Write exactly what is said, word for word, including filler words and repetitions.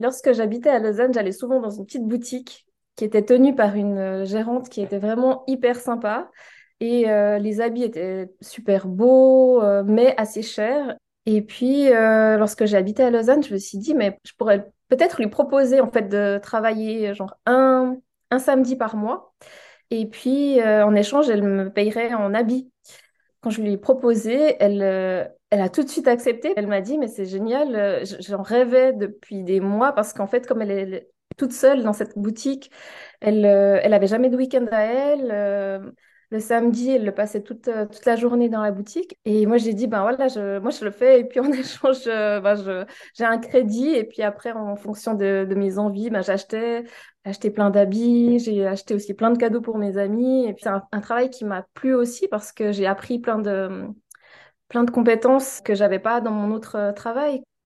Lorsque j'habitais à Lausanne, j'allais souvent dans une petite boutique qui était tenue par une euh, gérante qui était vraiment hyper sympa. Et euh, les habits étaient super beaux, euh, mais assez chers. Et puis, euh, lorsque j'ai habité à Lausanne, je me suis dit, mais je pourrais peut-être lui proposer en fait de travailler genre un, un samedi par mois. Et puis, euh, en échange, elle me payerait en habits. Quand je lui ai proposé, elle, euh, elle a tout de suite accepté. Elle m'a dit, mais c'est génial, euh, j- j'en rêvais depuis des mois parce qu'en fait, comme elle est toute seule dans cette boutique, elle, euh, elle avait jamais de week-end à elle. euh, le samedi, elle le passait toute, euh, toute la journée dans la boutique. Et moi, j'ai dit, ben voilà, je, moi, je le fais. Et puis, en échange, euh, ben, je, j'ai un crédit. Et puis après, en fonction de, de mes envies, ben, j'achetais. J'ai acheté plein d'habits, j'ai acheté aussi plein de cadeaux pour mes amis. Et puis, c'est un, un travail qui m'a plu aussi parce que j'ai appris plein de, plein de compétences que j'avais pas dans mon autre euh, travail.